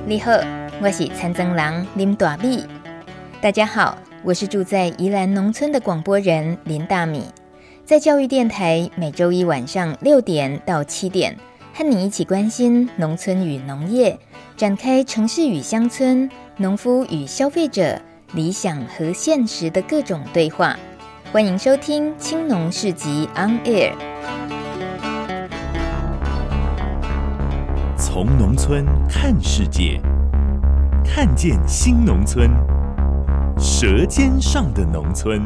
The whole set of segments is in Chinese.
你好，我是参政人林大米。大家好，我是住在宜兰农村的广播人林大米，在教育电台每周一晚上6点到7点，和你一起关心农村与农业，展开城市与乡村、农夫与消费者、理想和现实的各种对话。欢迎收听青农市集 On Air。 从农村看世界，看见新农村，舌尖上的农村。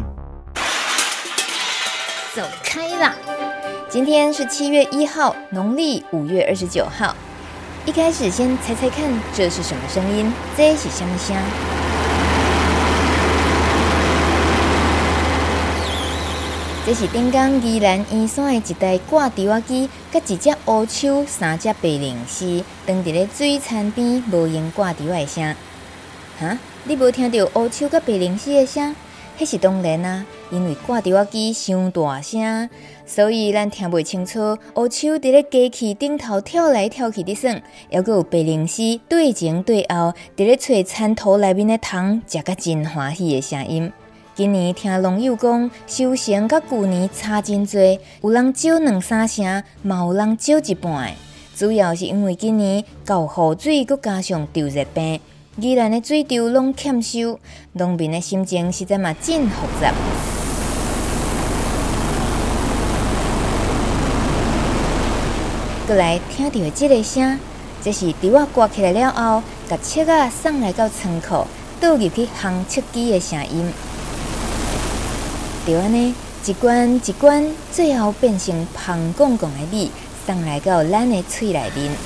走开啦！今天是7月1号，农历5月29号。一开始先猜猜看，这是什么声音？这是什么声？这是顶天宜兰圆山的一台挂稻仔机，甲一只乌手、3只白灵狮，当伫咧水田边无用挂稻仔的声。哈，你无听到乌手甲白灵狮的声？迄是当然啊，因为挂稻仔机伤大声，所以咱听袂清楚乌手伫咧机器顶头跳来跳去的耍，还佫有白灵狮对前对后伫咧找田土内面的虫，食甲真欢喜的声音。今年听农友讲，收成甲旧年差真多，有人少2-3成，嘛有人少一半的。主要是因为今年高雨水，佮加上稻热病，宜兰的水稻拢欠收，农民的心情实在嘛真复杂。过来听到的这个声，这是稻仔刮起来了后，甲切仔送来到仓库，倒入去烘切机的声音。就安尼，一罐一罐，最后变成香滚滚的米，送来到咱的嘴内面。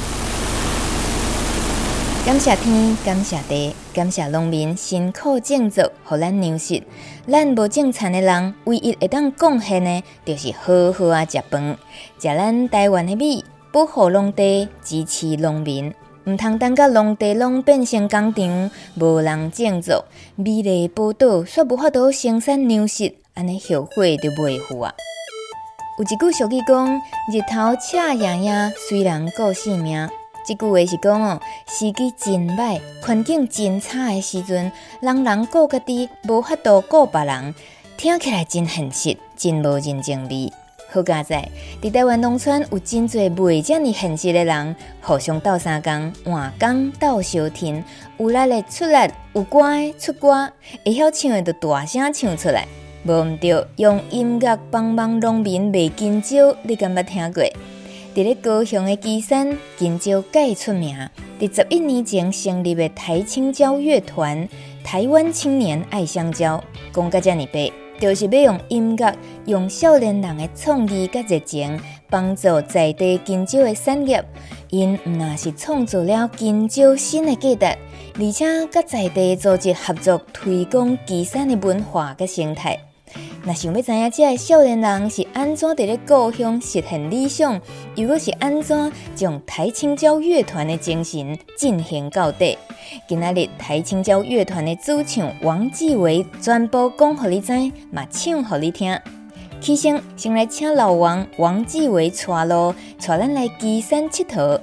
感谢天，感谢地，感谢农民辛苦种作，互咱粮食。咱无种田的人，唯一会当贡献的，就是好好啊食饭，食咱台湾的米，保护农地，支持农民。唔通等甲农地拢变成工厂，无人种作，米类宝岛却无法度生产粮食，安尼后悔就袂赴啊！有一句俗语讲：日头赤炎炎，虽然顾性命。这句话是讲时机真歹，环境真差的时阵，人顾家己，无法度顾别人，听起来真现实，真无人情味。好佳在，伫台湾农村有真侪袂遮尔现实的人，互相斗相共，换工斗相挺，有力的出力，有歌的出歌，会晓唱的就大声唱出来。无毋对，用音乐帮忙农民卖金蕉，你敢捌听过？伫咧高雄的旗山，金蕉介出名。伫11年前成立的台青椒乐团，台湾青年爱香蕉，讲甲遮尔白。就是要用音乐，用少年人的创意甲热情，帮助在地金蕉的产业。因毋但是创造了金蕉新的价值，而且甲在地组织合作，推广旗山的文化甲生态。若想要知影这个少年人是安怎伫咧故乡实现理想，又或是安怎将台青椒乐团的精神进行到底？今仔日台青椒乐团的主唱王志伟全部讲互你知，嘛唱互你听。起先来请老王志伟带路，带咱来旗山佚佗。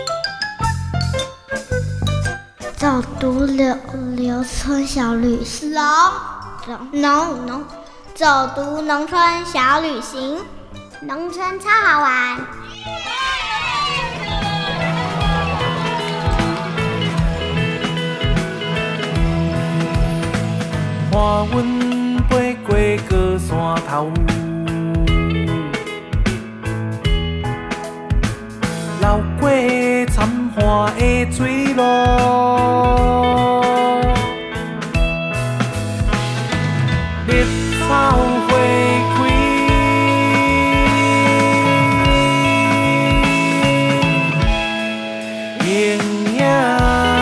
走读留村小旅行，走读农村小旅行，农村超好玩。 看阮飞过高山头，流过参花的水路，绿草花开，影影。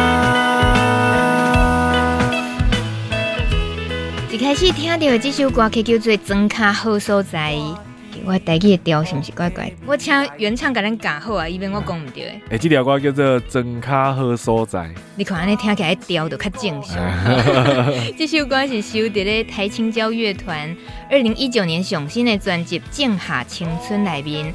一开始听到的这首歌曲叫做《庄脚好所在》，我台语的调是不是怪怪？我请原唱甲咱教好啊，以免我讲唔对。 这条歌叫做《庄脚好所在》。 你看安尼听起来调就较正常。这首歌是收伫咧台青椒乐团2019年上新的专辑《静下青春》内面。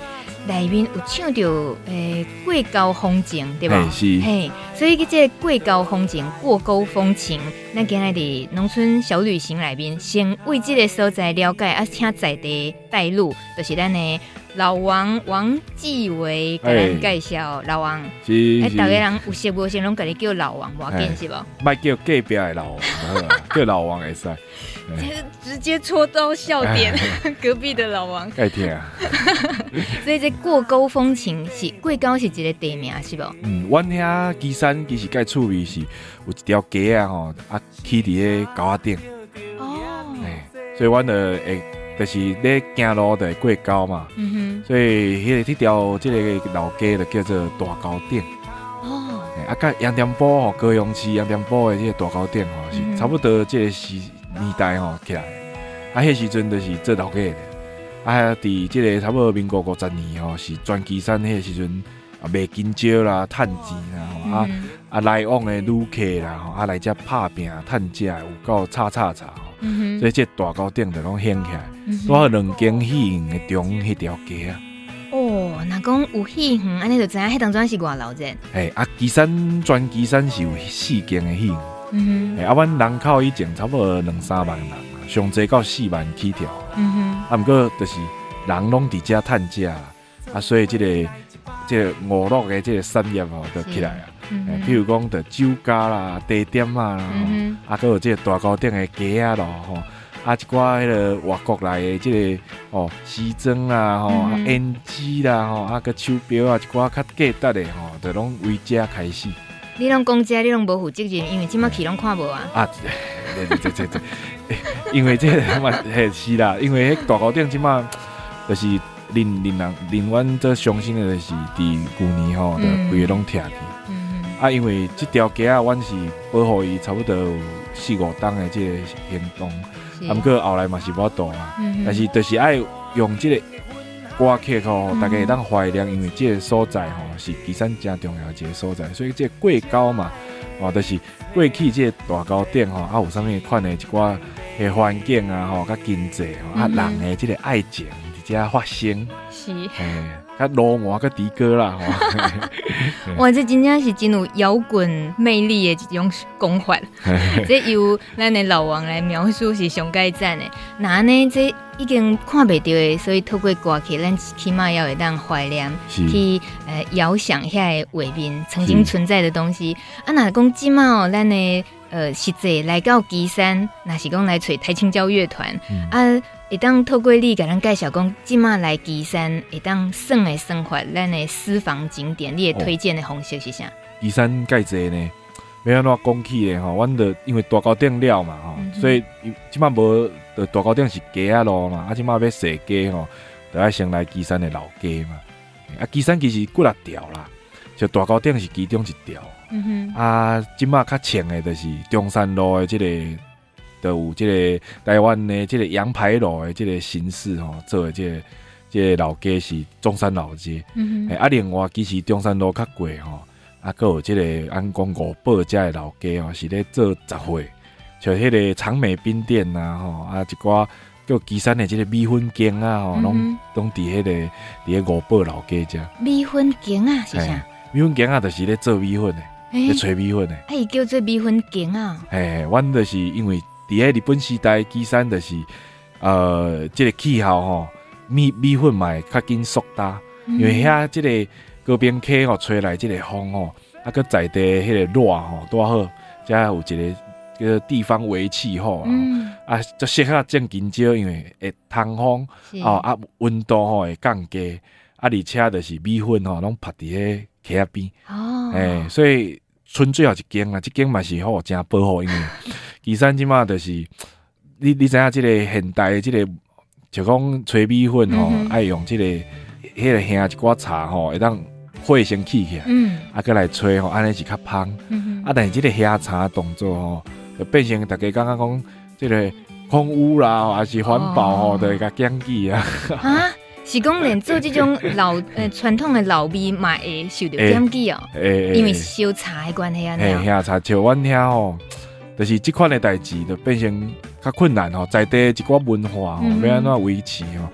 内面有唱到过沟风情，对吧？ 是， 嘿，所以这个过沟风情、过沟风情，咱今日伫农村小旅行内面，先为这个所在了解，啊，请在地带路，就是咱的老王王继伟给咱介绍老王。 是， 大家人有熟无熟，拢甲你叫老王，无要紧是无？ 莫叫隔壁的老王，叫老王会使。 直接戳到笑点，隔壁的老王。 爱听啊！ 所以这过沟风情是过沟是一个地名是无？ 阮遐基山其实介趣味是有一条街啊吼，啊起伫个沟仔顶。 哦。 所以阮就是咧行路就会过沟嘛。所以迄条即个老街就叫做大沟顶。哦。啊，甲杨店埔吼，高雄市杨店埔的即个大沟顶吼，是差不多即个年代吼起来。啊，迄时阵就是做老街的。啊，伫即个差不多民国50年吼，是全基山迄个时阵啊卖金蕉啦、趁钱啦，啊来往的旅客啦，啊来遮拍拼趁食有够吵吵吵吼，所以这大沟顶就拢兴起来，拄好两间戏院的中迄条街啊。 哦，若讲有戏园，安尼就知影迄当阵是偌老热。 基山全基山是有4间的戏院，阮人口以前差不多2-3万人。上济到4万起跳，毋过就是人拢伫遮趁食啊，所以即个娱乐的即个产业吼，就起来啊。譬如讲，就酒家啦、茶店啊，啊，佮有即个大沟顶的街啊咯，吼，啊，一寡迄个外国来的即个西装啦，吼，胭脂啦，吼，啊，佮手表啊，一寡较价值的吼，就拢为遮开始。 你拢讲遮，你拢无负责任，因为即摆去拢看无啊。 啊，这。因为这个嘛，是啦，因为迄大沟顶即马就是令阮做伤心的，就是伫旧年吼，就规个拢拆去。啊，因为这条街啊，阮是保护伊差不多有4-5档的这个行动，啊，不过后来嘛是无法度啊。但是就是爱用这个歌曲吼，大家会当怀念，因为这个所在吼是基山真重要的一个所在，所以这个过沟嘛，就是过去这个大沟顶吼，啊有啥物款的一寡。个环境啊，吼，甲经济吼，啊，人的即个爱情伫遮发生， 是， 较罗马甲迪哥啦，吼， 哇，这真正是真有摇滚魅力的一种讲法，这由咱的老王来描述是上介赞的。那呢，这已经看袂到的，所以透过歌曲，咱起码要会当怀念，去遥想遐个画面曾经存在的东西。啊，若讲即马哦，咱的实际来到基山，若是讲来找台青交乐团，会当透过你甲咱介绍讲，即马来基山会当耍的生活，咱的私房景点，你的推荐的方式是啥？ 基山介济呢，要安怎讲起呢？吼，阮就因为大沟顶了嘛，吼，所以即马无大沟顶是街仔路嘛，即马要踅街吼，就要先来基山的老街嘛。啊，基山其实几啊条啦，就大沟顶是其中一条。即马较前的就是中山路的即个，就有即个台湾的即个羊排路的即个形式吼，做的即个老街是中山老街。另外其实中山路较过吼，佫有即个咱讲五宝遮的老街吼，是咧做集会，像迄个长美冰店呐吼，一寡叫基山的即个米粉羹啊吼，拢伫迄个伫咧五宝老街遮。 米粉羹啊是啥？ 米粉羹啊，就是咧做米粉的。咧吹米粉的， 伊叫做米粉羹啊。 阮就是因为伫迄日本时代，基山就是即个气候吼，米粉嘛会较紧熟搭，因为遐即个高边溪吼吹来即个风吼，佮在地迄个热吼拄好，遮有一个地方为气候就适合种金蕉，因为会通风温度吼会降低，而且就是米粉吼拢拍伫迄溪仔边。所以剩最后一间啊，这间嘛是好真保护，因为基山即马就是你知影即个现代的即个，就讲吹米粉吼，爱用即个迄个香一寡茶吼，会当火先起起来，佮来吹吼，安尼是较香。但是即个香茶的动作吼，就变成大家感觉讲即个空污啦，还是环保吼，就会甲减记啊。 是讲连做这种老传统的老味嘛会受到减记哦，因为烧茶的关系啊。 香茶像阮遐吼，就是这款的代志，就变成较困难吼，在地一寡文化吼，要安怎维持吼？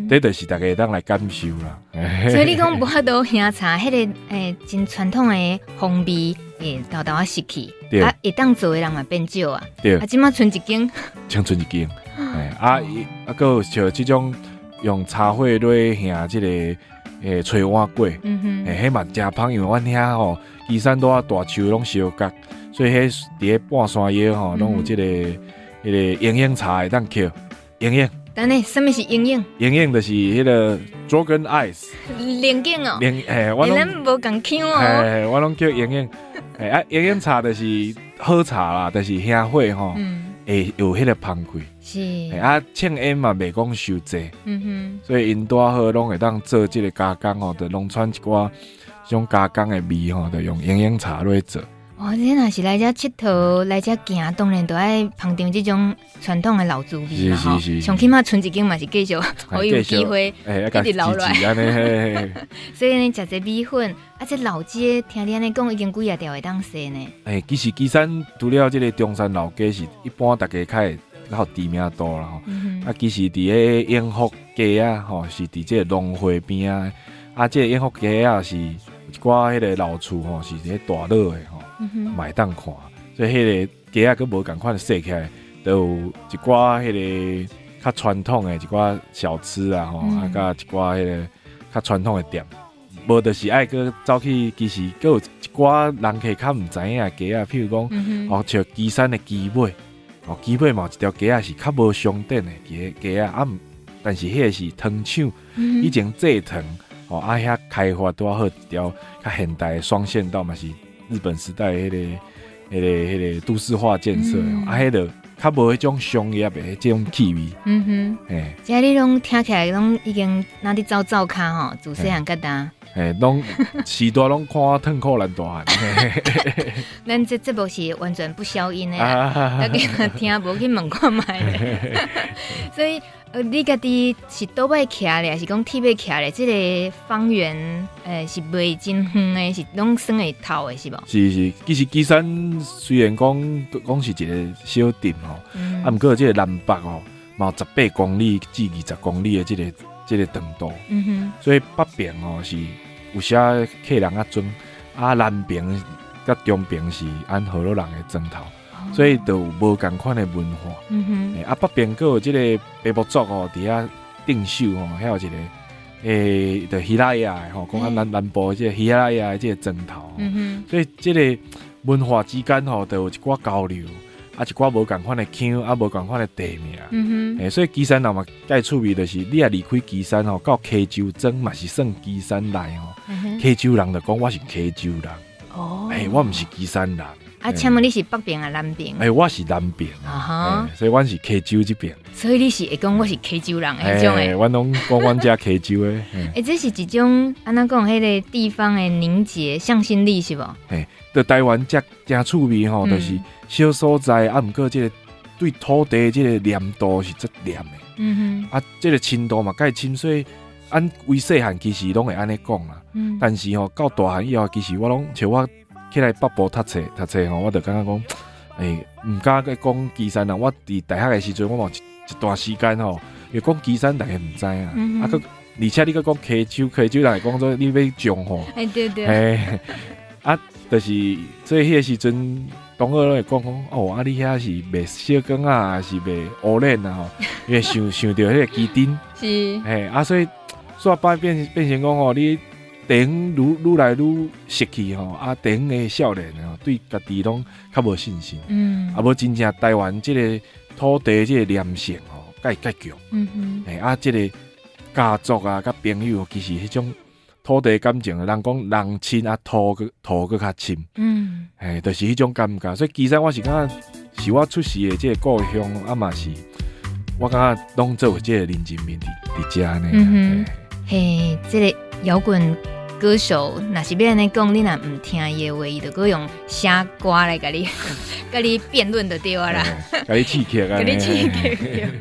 这就是大家会当来感受啦。 所以你讲无法度喝茶，迄个真传统的风味会豆豆失去，啊，会当做的人嘛变少啊。 对， 啊，即马剩一间， 剩一间。啊，个像这种用茶叶来下这个炊碗粿，迄嘛真芳，因为阮遐吼，岐山多大树拢小角，所以迄伫个半山腰吼，拢有这个营养茶会当捡营养。 等下，什么是营养？ 营养就是迄个 Dragon Ice 灵境哦， 我拢无共腔哦， 我拢叫营养。营养茶就是好茶啦，但是香火吼，会有迄个芳气。 是称烟嘛，袂讲伤济。所以因多好拢会当做即个加工吼，就弄出一寡种加工的味吼，就用营养茶来做。 哦，你若是来遮佚佗，来遮行，当然都爱捧场即种传统的老滋味啦吼。上起码剩一间嘛是继续，可以有机会一直留来。所以呢，食这米粉，啊，这老街听你安尼讲，已经几啊条会当踅呢。 其实岐山除了即个中山老街是一般大家较较知名度啦吼。啊，其实伫个永福街啊，吼是伫即个农会边啊。啊，即个永福街啊是一寡迄个老厝吼，是伫个大佬的吼。买当看，所以迄个街啊，佮无共款设起来，都有一寡迄个较传统的一寡小吃啊，吼，啊，甲一寡迄个较传统的店，无就是爱佮走去，其实佮有一寡人客较毋知影的街啊，譬如讲，像岐山的鸡尾，鸡尾嘛一条街啊是较无商店的街啊，但是迄个是糖厂，以前制糖，啊遐开发拄好一条较现代的双线道嘛是。日本时代迄个都市化建设，迄个较无迄种商业的这种气味。 即你拢听起来拢已经哪里走卡吼，自细汉到大。 拢时代拢看腾酷难大汉。 咱这节目是完全不消音的啦，大家听无去问看觅咧。所以你家己是倒摆徛咧，还是讲铁尾徛咧？这个方圆是袂真远的，是拢算会透的，是无？ 是，其实岐山虽然讲是一个小镇吼，啊，毋过这个南北吼，嘛有18公里至20公里的这个长度，所以北边吼是有些客人啊装，啊南边甲中边是按河洛人的砖头。所以就无共款的文化，啊北边佫有即个白木族吼，伫遐定秀吼，还有一个就希拉雅吼，讲啊南部即个希拉雅即个砖头，所以即个文化之间吼，就有一寡交流，啊一寡无共款的腔，啊无共款的地名，所以岐山人嘛介趣味，就是你啊离开岐山吼，到溪州庄嘛是算岐山内吼，溪州人就讲我是溪州人，我毋是岐山人。 啊，请问你是北边啊南边？ 我是南边所以阮是溪州这边。 所以你是会讲我是溪州人迄种诶？ 阮拢讲阮家溪州诶。 这是一种安怎讲？迄个地方的凝结向心力是无？ 在台湾真趣味吼，就是小所在啊，毋过即个对土地即个黏度是足黏诶。啊，即个深度嘛介深，所以按为细汉其实拢会安尼讲啦。但是吼到大汉以后，其实我拢像我。起来北部读册吼，我就感觉讲，毋敢去讲岐山人。我伫大学的时阵，我嘛一段时间吼，又讲岐山，大家毋知啊。而且你佫讲溪州人会讲做你要种吼。 对。 就是所以迄个时阵，同学拢会讲啊，你遐是卖小羹啊，还是卖乌莲啊？吼，因为想到迄个基丁。 是。 所以煞摆变成讲吼，你。地方愈来愈失去吼，啊，地方的少年吼，对家己拢较无信心，无真正台湾即个土地即个黏性吼，介强，即个家族啊，甲朋友，其实迄种土地感情，人讲人亲啊，土佫较亲，就是迄种感觉。所以其实我是感觉是我出世的即个故乡，啊嘛是，我感觉当做即个人情味伫遮呢。 这个摇滚。歌手若是要安尼讲，你若毋听伊的话，伊就搁用写歌来甲你辩论就对啊啦， 甲你刺激啊， 甲你刺激。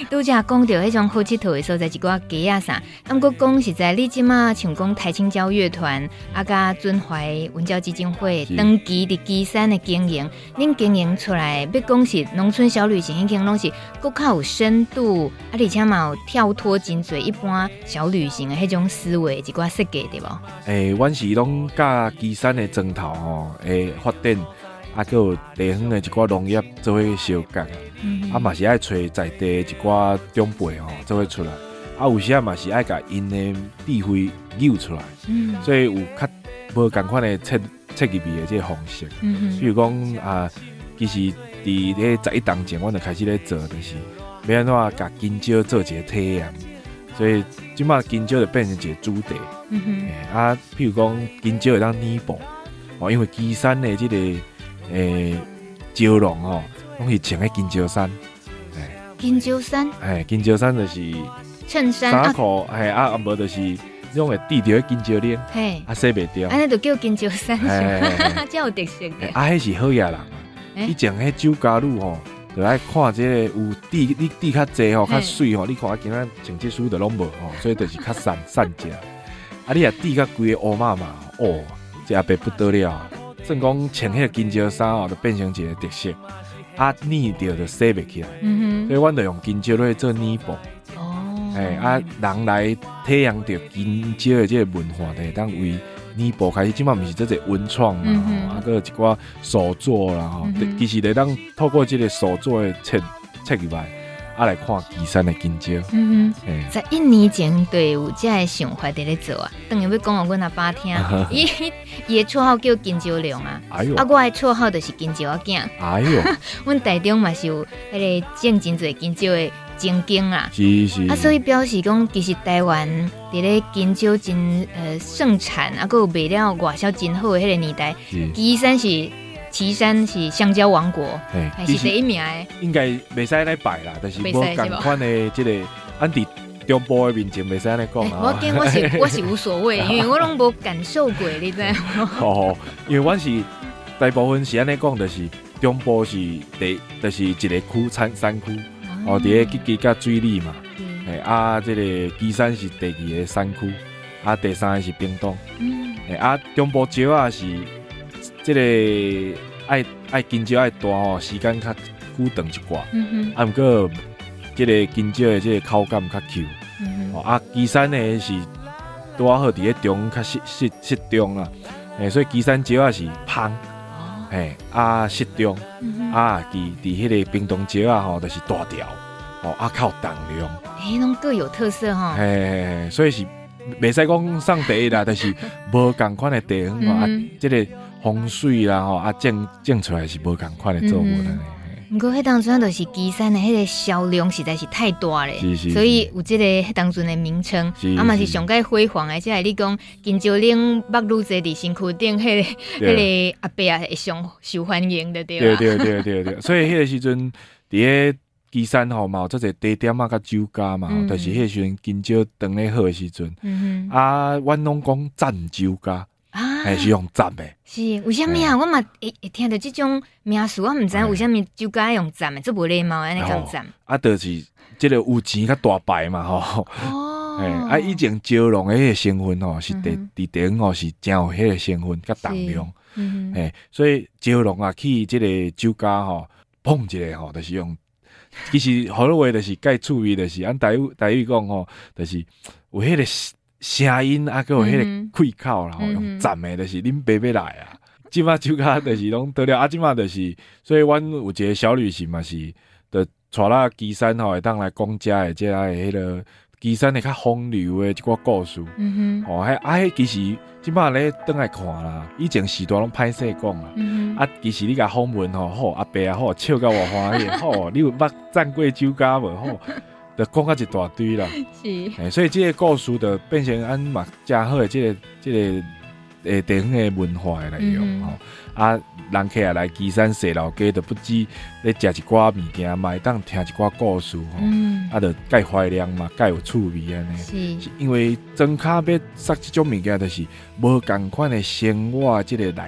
拄则讲到迄种好佚佗的所在，一寡街啊啥。毋过讲实在，你即马像讲台青交乐团啊，甲尊怀文教基金会长期伫基山的经营，恁经营出来，要讲是农村小旅行，已经拢是更较有深度，啊，而且嘛有跳脱真侪一般小旅行的迄种思维，一寡设计对无？ 阮是拢甲基山的庄头吼，发展。啊，还有地方的一寡农业做伙相结，啊嘛是爱找在地一寡长辈吼做伙出来，啊有时嘛是爱甲因的智慧扭出来，所以有较无共款的设计味的这个方式。比如讲啊，其实伫咧11档前，阮就开始咧做，就是要安怎甲金蕉做一个体验，所以即马金蕉就变成一个主题。啊，譬如讲金蕉会当泥布，哦，因为基山的这个。蕉农吼，拢是穿喺金蕉衫。 金蕉衫， 金蕉衫就是衬衫衫裤，啊无就是种会滴着金蕉链，洗袂掉。 安尼就叫金蕉衫，真有特色嘅。 迄是好野人啊！以前迄酒家女吼，就爱看这个有滴你滴较济吼，较水吼。你看今仔穿这书就拢无吼，所以就是较散食。啊，你若滴较规个乌麻麻，哦，这阿伯不得了。算讲穿迄个金蕉衫哦，就变成一个特色，啊黏着就洗袂起来，所以阮就用金蕉来做黏布。啊人来体验着金蕉的这个文化，就会当为黏布开始。即马毋是做者文创嘛，啊，个一寡手作啦，吼，其实会当透过这个手作的册入来。啊，来看基山的金蕉。 在1年前就有这个想法伫咧做啊。等于要讲互阮阿爸听，伊的绰号叫金蕉龙啊。啊，我的绰号就是金蕉仔囝。阮台中嘛是有迄个种真侪金蕉的精经啊。是。啊，所以表示讲，其实台湾伫咧金蕉真盛产，啊，佮有卖了外销真好的迄个年代，基山是。旗山是香蕉王国，还是第一名的？ 应该袂使来摆啦，但是无共款的这个，按伫中部的面前袂使来讲啊。 我是无所谓，因为我拢无感受过，你知哦，因为阮是大部分是安尼讲，就是中部是就是一个区产山区，哦，伫咧吉吉甲水里嘛，啊，这个基山是第2个山区，啊，第3个是屏东，啊，中部蕉啊是。这个爱金蕉爱大吼，时间较久长一寡。啊，毋过这个金蕉的这个口感较 Q。啊，基山的是拄好伫咧中较适中啦。所以基山蕉啊是芳，啊适中。啊，伫迄个屏东蕉啊吼，就是大条，啊较有重量。 拢各有特色吼。 所以是袂使讲上第一啦，但是无共款的地方啊，这个。风水啦吼，啊种出来是无共款的作物啦。 不过迄当阵就是基山的迄个销量实在是太大咧，所以有这个迄当阵的名称，啊嘛是上界辉煌的。即个你讲金蕉岭目女坐伫身躯顶，迄个阿伯啊，会上受欢迎的对啦。 对，所以迄个时阵伫咧基山吼嘛，有做者茶店啊，甲酒家嘛，就是迄个时阵金蕉长咧好的时阵，啊，阮拢讲赞酒家。还是用站的， 是为什么啊？我嘛会听到这种名词，我唔知为什么酒家用站的，这无礼貌安尼讲站。 啊，就是这个有钱较大牌嘛吼。啊，以前蕉农的迄个成分吼，是伫地方吼是真有迄个成分甲重量。所以蕉农啊去这个酒家吼碰一下吼，就是用。其实好多话就是介趣味，就是按台语讲吼，就是有迄个。声音啊，佮有迄个气口啦，用站的，就是恁爸要来啊。即马酒家就是拢得了，啊，即马就是，所以阮有一个小旅行嘛是，就带啦基山吼，会当来讲遮的，即个迄个基山的较风流的一寡故事。迄其实即马咧倒来看啦，以前时代拢歹势讲啊。啊，其实你甲访问吼，好阿伯啊，好笑到我欢喜，好，你有捌站过酒家无？好。就讲到一大堆啦，是，所以这个故事就变成俺嘛真好的这个地方的文化的内容吼。啊，人客来基山踅老街，就不止咧食一寡物件嘛，会当听一寡故事吼。啊，就介怀念嘛，介有趣味安尼。是，因为庄脚要杀这种物件，就是无共款的生活这个内容。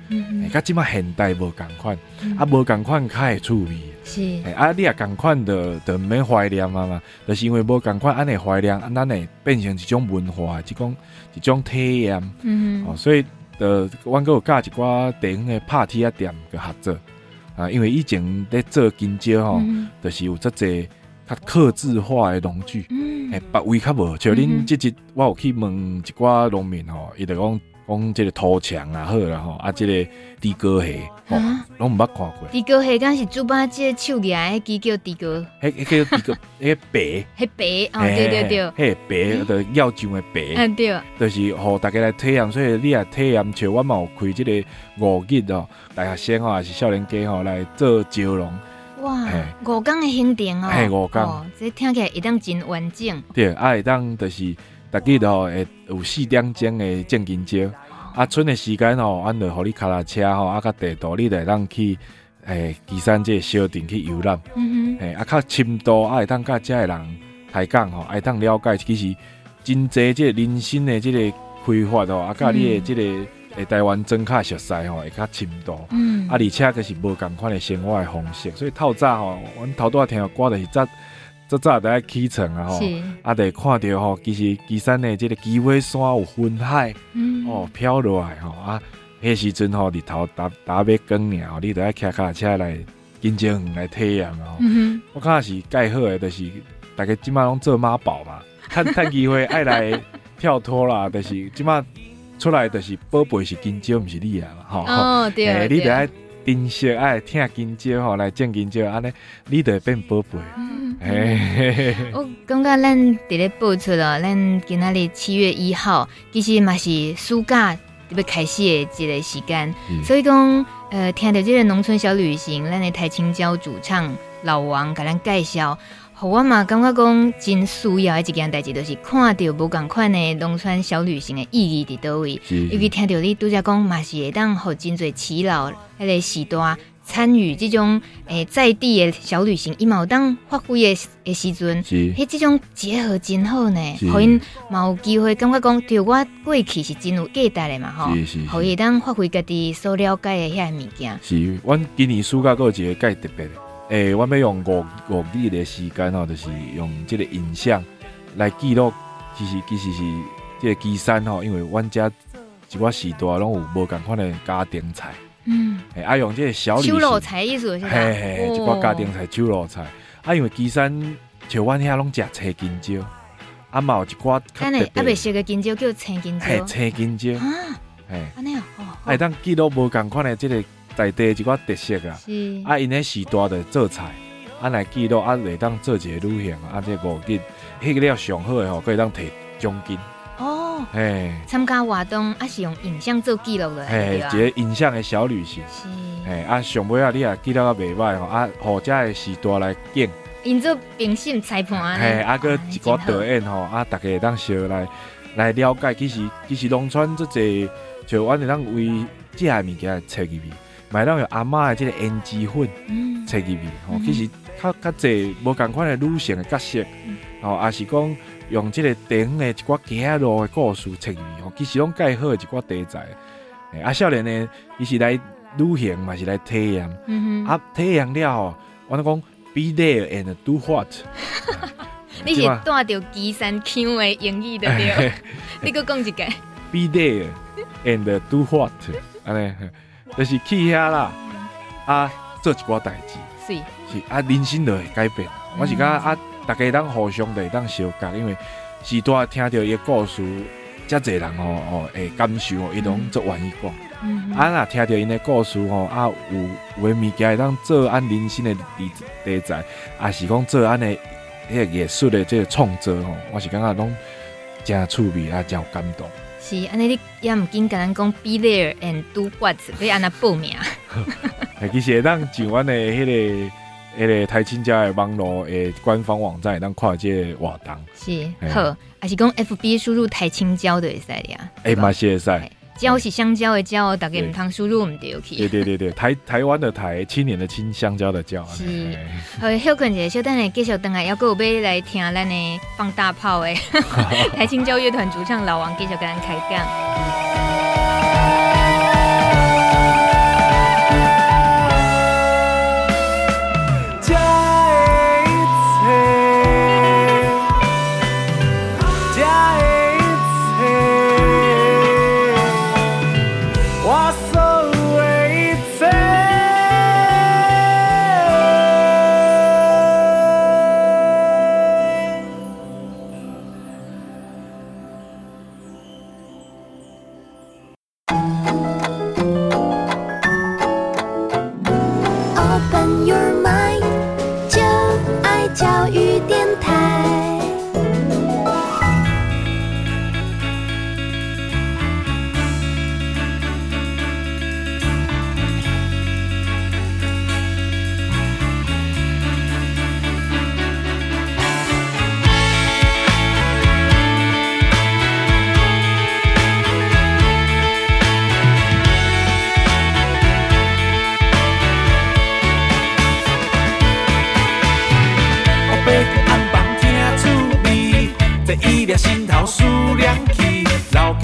甲即马现代无共款，无共款较会趣味。 是， 你也共款就毋免怀念嘛，就是因为无共款，安尼怀念，咱会变成一种文化，一种体验。所以阮阁有甲一寡地方的拍铁仔店个合作啊，因为以前咧做金蕉吼，就是有遮济较客制化的农具，别位较无，像恁即我有去问一寡农民吼，伊就讲即个土墙啊好啦吼，啊即个猪哥鞋，拢毋捌看过。 猪哥鞋敢是猪八戒手牙，迄支叫猪哥， 迄叫猪哥，迄白， 迄白哦，对， 迄白就要上的白， 对， 就是互大家来体验，所以你也体验，像我嘛有开即个5日哦，大学生吼还是少年家吼来做蕉农。 哇，5天的行程哦 ，5天， 这听起来会当真完整。 对，会当就是逐日吼会有4点钟的种金蕉。剩的时间吼，阮就互你脚踏车吼，甲地图，你就会当去旗山这个小镇去游览。较深度会当甲遮的人开讲吼，会当了解其实真济这个人生的这个开发吼，甲你的这个台湾庄卡熟悉吼，会较深度。而且就是无共款的生活的方式，所以透早吼，阮头拄仔听歌就是早就爱起床啊吼，就看到吼，其实旗山的这个基尾山有云海，飘落来吼迄时阵吼日头打要光尔，你就爱骑脚踏车来金蕉园来体验吼。我感觉是介好的，就是大家即马拢做妈宝嘛，趁机会爱来跳脱啦，就是即马出来就是宝贝是金蕉，毋是你啊嘛吼。 对， 你就爱珍惜爱听金蕉吼，来种金蕉，安尼你就会变宝贝。 我感觉咱伫咧播出了，咱今仔日7月1号，其实嘛是暑假要开始的一个时间，所以讲听到这个农村小旅行，咱的台青椒主唱老王甲咱介绍，互我嘛感觉讲真需要的一件代志，就是看到无共款的农村小旅行的意义伫倒位，尤其听到你拄则讲嘛是会当互真侪耆老迄个时代参与这种在地的小旅行，伊嘛有当发挥的时阵，迄这种结合真好呢，互因嘛有机会感觉讲，对我过去是真有价值的嘛吼，互伊当发挥家己所了解的遐物件。 是，阮今年暑假还有一个介特别的，阮要用5日的时间吼，就是用这个影像来记录，其实是这个旗山吼，因为阮家一寡时代拢有无共款的家庭菜。用这个小旅行， 手路菜意思是吧？ 一寡家庭菜手路菜。因为旗山像阮遐拢食青金蕉，嘛有一寡较特别。 袂熟的金蕉叫青金蕉。 青金蕉。 安尼哦。当记录无共款的这个在地一寡特色啊。 是。 因咧时代就做菜，来记录会当做一个旅行这5日，迄个了上好的吼，可以当摕奖金。 参加活动是用影像做记录的， 一个影像的小旅行。是，上尾你也记录袂歹吼，互遮的时代来景。 因做评审裁判个一个导演吼，大家会当小来了解，其实农村这济，就阮会当为这些物件切入去，买当用阿嬷的这个胭脂粉切入去，其实较济无共款的女性的角色，也是讲。用这个地方的一寡行路的故事切入去，其实拢介好的一寡题材。少年呢，伊是来旅行嘛，是来体验。体验了吼，我讲 be there and do what 你是带着旗山腔的英语的对？你搁讲一个 be there and do what 安尼，就是去遐啦，做一寡代志，是人生就会改变。我是讲大家当互相会当相共，因为时代听到伊个故事，遮侪人会感受伊拢足愿意讲。若听到因个故事有诶物件会当做咱人生的题材，是讲做咱的迄个艺术的这个创作我是感觉拢真趣味真有感动。 是安尼，你也毋紧甲咱讲 be there and do what， 要安那报名。 其实会当上阮的迄个台青椒的网络的官方网站，当看这个活动。 是好，还是讲 FB 输入台青椒就会使了。 嘛是会使。 椒是香蕉的椒，大家唔通输入唔对去。 对，台湾的台，青年的青，香蕉的蕉。 是。好，休困一下，小等下继续等下，还有要来听咱的放大炮的台青椒乐团主唱老王继续跟咱开讲。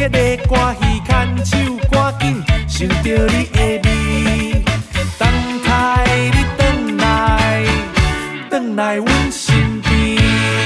迄个歌戏牵手，赶紧想着你的味。等待你转来阮身边。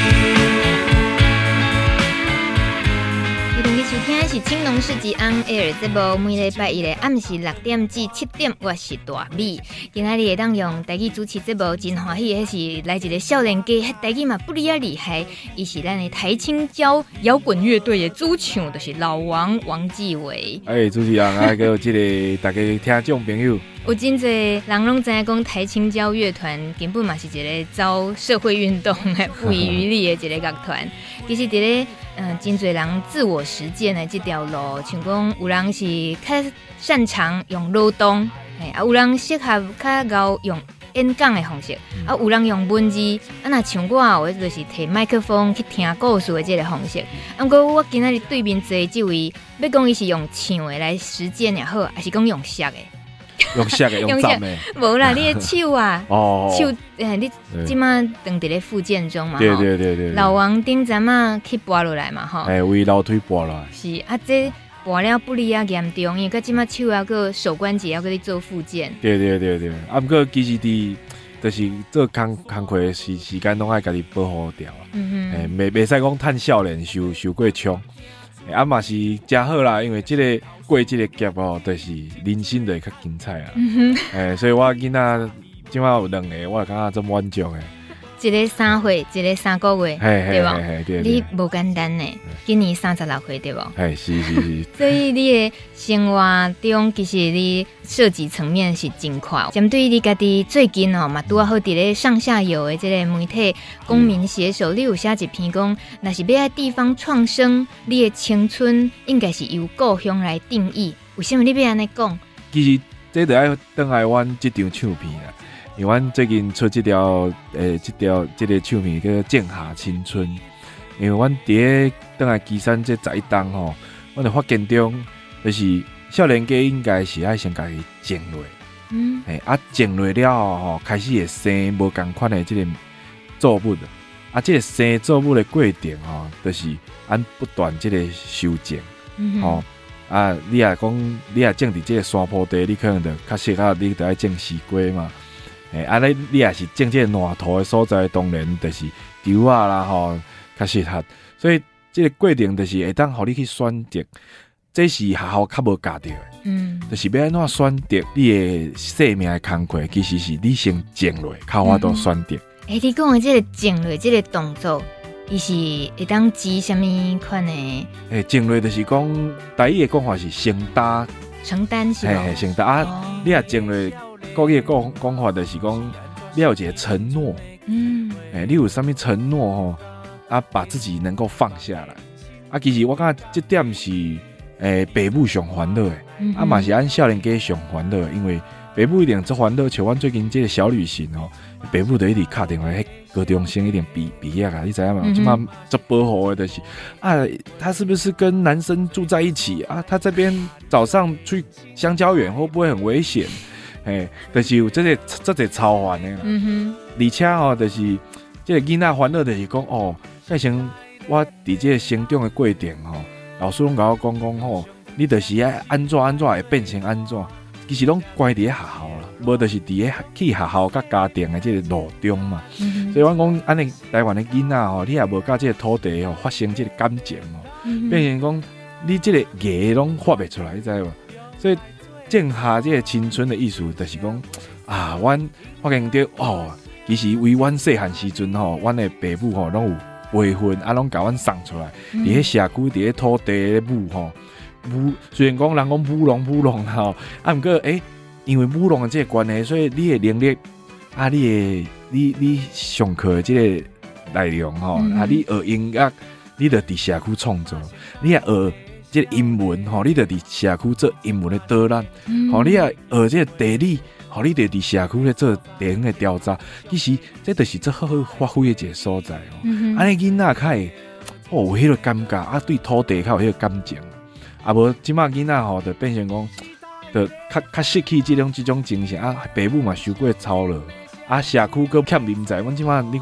收听的是青农市集 On Air 节目，每礼拜一的暗时6点至7点，我是大米。今仔日会当用台语主持节目，真欢喜。迄是来一个少年家，迄台语嘛不离啊厉害。伊是咱的台青交摇滚乐队的主唱，就是老王志伟。 主持人还有这个大家听众朋友。 有真侪人拢知影讲台青交乐团根本嘛是一个走社会运动的不遗余力的一个乐团。其实伫咧真侪人自我实践的这条路，像讲有人是较擅长用劳动，有人适合较高用演讲的方式，有人用文字，那像我就是摕麦克风去听故事的这个方式。不过我今仔日对面坐这位，要讲伊是用唱的来实践也好，还是讲用写的？ 用写的，用站的， 无啦，你的手啊，手，你即马当伫咧复健中嘛？ 对。 老王顶阵啊去拔落来嘛，吼。 为楼梯拔落来。 是啊，这拔了不离啊严重，因为佮即马手啊个手关节要佮你做复健。 对。啊，不过其实就是做工课的时间拢爱家己保护掉啊。袂使讲趁少年受过枪。啊嘛是真好啦，因为过这个劫哦，就是人生就会较精彩啊。所以我囡仔即摆有2个，我就感觉这么满足的。 一个3岁，一个3个月，对吧？你无简单呢，今年36岁对吧？ 是。 所以你的生活中，其实你涉及层面是真快。针对你家己最近嘛，拄好伫咧上下游的这个媒体公民携手，你有写一篇讲，若是要在地方创生，你的青春应该是由故乡来定义。为什么你要安尼讲？ 其实这就要等来阮这张唱片啦。因为阮最近出这个唱片叫《剑下青春》，因为阮伫咧倒来基山这11档吼，阮就发现中就是少年家应该是爱先家己静落，静落了吼，开始会生无共款的这个作物，这个生作物的过程吼，就是按不断这个修正，你也讲你也种伫这个山坡地，你可能就较适合你就爱种西瓜嘛。你也是种这个烂土的所在，当然就是稻啊啦吼，较适合。所以这个过程就是会当互你去选择，这是学校较无教到的。就是要安怎选择你的生命的工课，其实是你先静落，较法度选择。 你讲的这个静落这个动作，伊是会当指什么款的？ 静落就是讲台语的讲法是承担是吧？承担啊，你也静落。国语的讲法就是讲，你要有一个承诺，你有什么承诺吼？把自己能够放下来。其实我感觉这点是爸母上烦恼的，嘛是按少年家上烦恼，因为爸母一定做烦恼。像阮最近这个小旅行哦，爸母就一直打电话，高中生一定毕业啊，你知影吗？即马做保护的就是他是不是跟男生住在一起啊？他这边早上去香蕉园会不会很危险？就是有这个操烦的啦，而且就是这个囡仔烦恼就是讲以前我伫这个成长的过程老师拢甲我讲你就是要安怎会变成安怎，其实拢关伫咧学校啦，无就是伫咧去学校甲家庭的这个路中嘛。所以我讲安尼台湾的囡仔你也无甲这个土地发生这个感情变成讲你这个艺拢发袂出来，你知无？所以静下这个青春的意思，就是讲阮发现到其实为阮细汉时阵阮的爸母拢有培训，拢甲阮送出来，伫咧社区，伫咧土地咧舞虽然讲人讲舞龙不过因为舞龙的这个关系，所以你的能力你上课的这个内容你学音乐，你就伫社区创作，你也学。这个英文你就伫社区做英文的导览，你也学这个地理，你就伫社区咧做地形的调查。其实这就是最好发挥的一个所在安尼囡仔较会有迄个感觉对土地较有迄个感情。无即马囡仔就变成讲，就较失去这种精神爸母嘛受过操劳社区搁欠人才。阮即马你看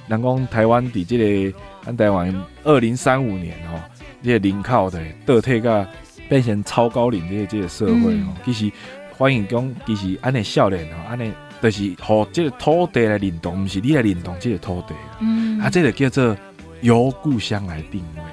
人讲台湾伫即个咱台湾2035年吼，即个人口的倒退甲变成超高龄这个社会吼，其实反映讲其实安尼少年吼，安尼就是互即个土地来认同，毋是你来认同即个土地，这个叫做由故乡来定位。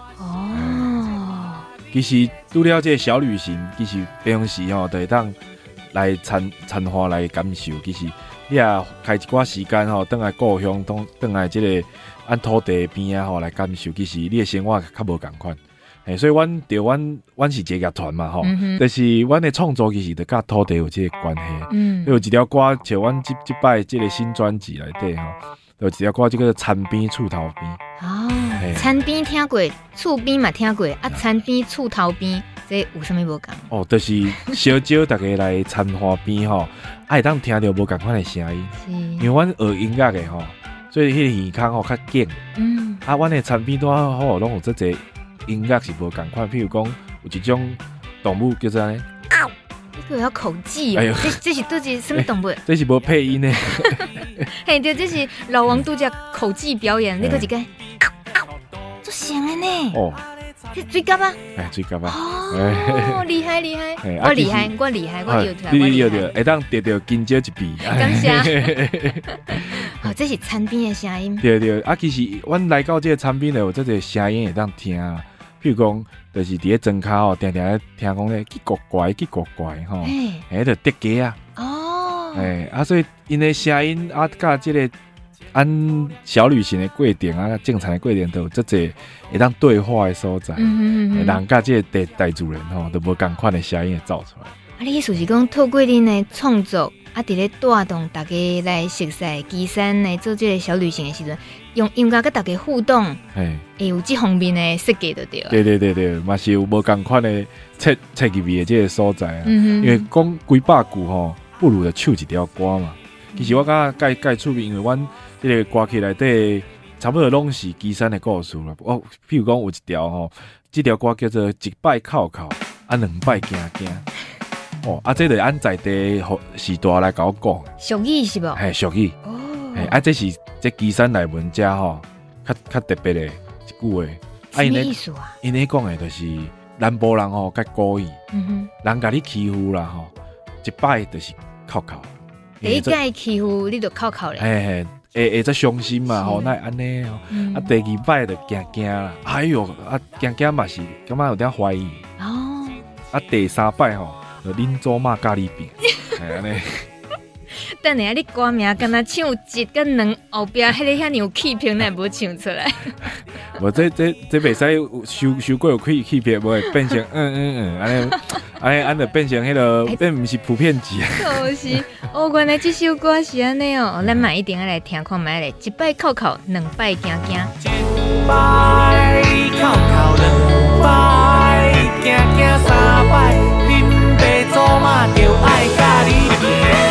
其实除了这个小旅行，其实平时吼就会当来参花来感受。其实你也开一寡时间吼，倒来故乡，倒来这个按土地边啊吼来感受。其实你的生活较无共款。所以阮是一个乐团嘛吼，就是阮的创作其实就甲土地有这个关系。有一条歌，像阮这摆这个新专辑内底吼，有一条歌叫做《田边厝头边》。 田边听过，厝边嘛听过，田边厝头边，这有啥物无共？ 就是小招大家来田花边吼，会当听到无共款的声音。因为阮学音乐的吼，所以迄个耳孔吼较紧。阮的田边拄好，拢有这个音乐是无共款。譬如讲，有一种动物叫做安尼， 这个要口技哦。这是对一什么动物？ 这是无配音的。 嘿，对，这是老王拄只口技表演，那个一个。做像的呢，这水蛤啊， 水蛤啊， 厉害，我厉害，我有出来， 你有会当得到金蕉一臂， 感谢。这是田边的声音， 对，其实阮来到这个田边的有这个声音会当听，譬如讲，就是伫个庄骹吼，定定听讲咧，奇怪吼，就竹鸡啊，所以因的声音甲这个。按小旅行的过程正常的过程都有这个会当对话的所在，人甲这个大自然吼都无共款的声音会走出来。 你意思是讲透过恁的创作，伫咧带动大家来熟悉基山来做这个小旅行的时阵，用音乐跟大家互动，会有这方面的设计就对了。 对，嘛是有无共款的切入去的这个所在因为讲几百句吼，不如就唱一条歌嘛。其实我感觉介趣味，因为阮这个歌曲内底差不多拢是基山的故事啦。譬如讲有一条吼，这条歌叫做一摆哭哭，两摆惊惊。这个按在地时代来甲我讲。 俗语是无？ 俗语。这是这基山内文家吼，较特别的一句话。 什么意思啊？ 因咧讲的就是南部人吼，较故意，人甲你欺负啦吼，一摆就是哭哭。 第一届欺负你就哭哭咧， 会则伤心嘛吼，那安尼吼，第二摆就惊啦，哎哟，惊嘛是，感觉有点怀疑，第三摆吼，就恁祖妈咖喱饼，安尼。 等下你歌名敢若唱一跟两后边迄个遐尼有气氛，那无唱出来。 无这袂使修过有气氛，无会变成安就变成迄个变毋是普遍级。 可是，原来这首歌是安尼哦，咱嘛一定要来听看卖咧，一摆哭哭，两摆惊惊。 一摆哭哭，两摆惊惊，三摆恁爸祖妈就爱甲你拼。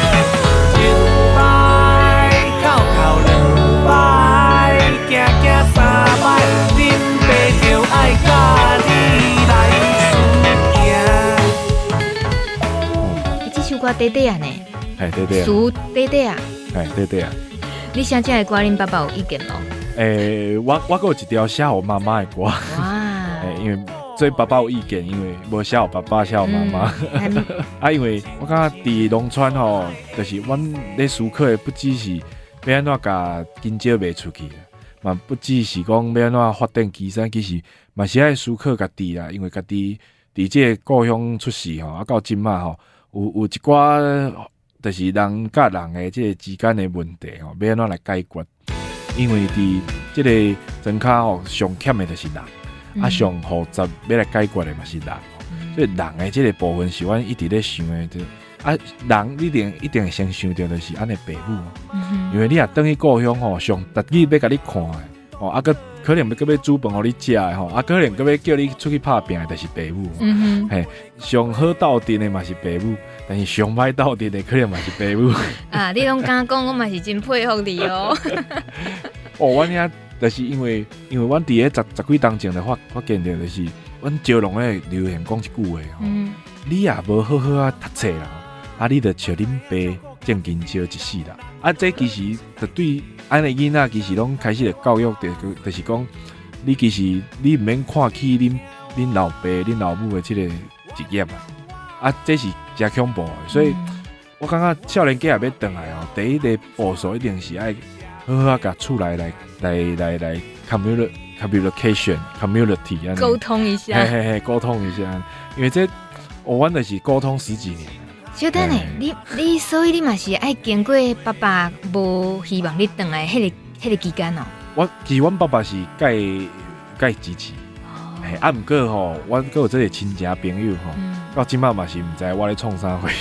这首歌短短啊呢？ 短短啊。 书短短啊。 短短啊。 你写这个歌，恁爸爸有意见咯？ 我有一条写我妈妈的歌。哇。因为所以爸爸有意见，因为无写我爸爸，写我妈妈。因为我感觉伫农村吼，就是阮咧思考的不只是要安怎甲金蕉卖出去。嘛不只是讲要安怎发展基山，其实嘛是爱思考家己啦，因为家己伫这个故乡出世吼，到今嘛吼，有一寡就是人甲人的这个之间的问题吼，要安怎来解决？因为伫这个庄脚吼，上欠的就是人，上复杂要来解决的嘛是人，所以人的这个部分是阮一直咧想的。人一定会先想到就是安尼爸母，因为你若转去故乡吼，上逐日要甲你看的，个可能要煮饭互你食的吼，可能要叫你出去拍拼的，就是爸母。上好斗阵的嘛是爸母，但是上歹斗阵的可能嘛是爸母。 你拢敢讲，我嘛是真佩服你哦。 阮遐就是因为阮伫个十几当前的发现到就是，阮招农咧流行讲一句话吼，你也无好好读册啦。 啊，你着像恁爸正经招一世啦。啊，这其实就对安尼囡仔其实拢开始的教育就是讲，你其实你毋免看起恁老爸、恁老母的即个职业啊，啊，这是真恐怖的。所以我感觉少年家也要转来哦，第一个步数一定是爱好好甲厝内来 communication community 沟通一下， 沟通一下，因为这阮就是沟通10几年。 小等下，你所以你嘛是爱经过爸爸无希望你转来迄个期间哦。 其实阮爸爸是介支持，啊，毋过吼，阮阁有这个亲戚朋友吼，到即摆嘛是毋知我咧创啥货。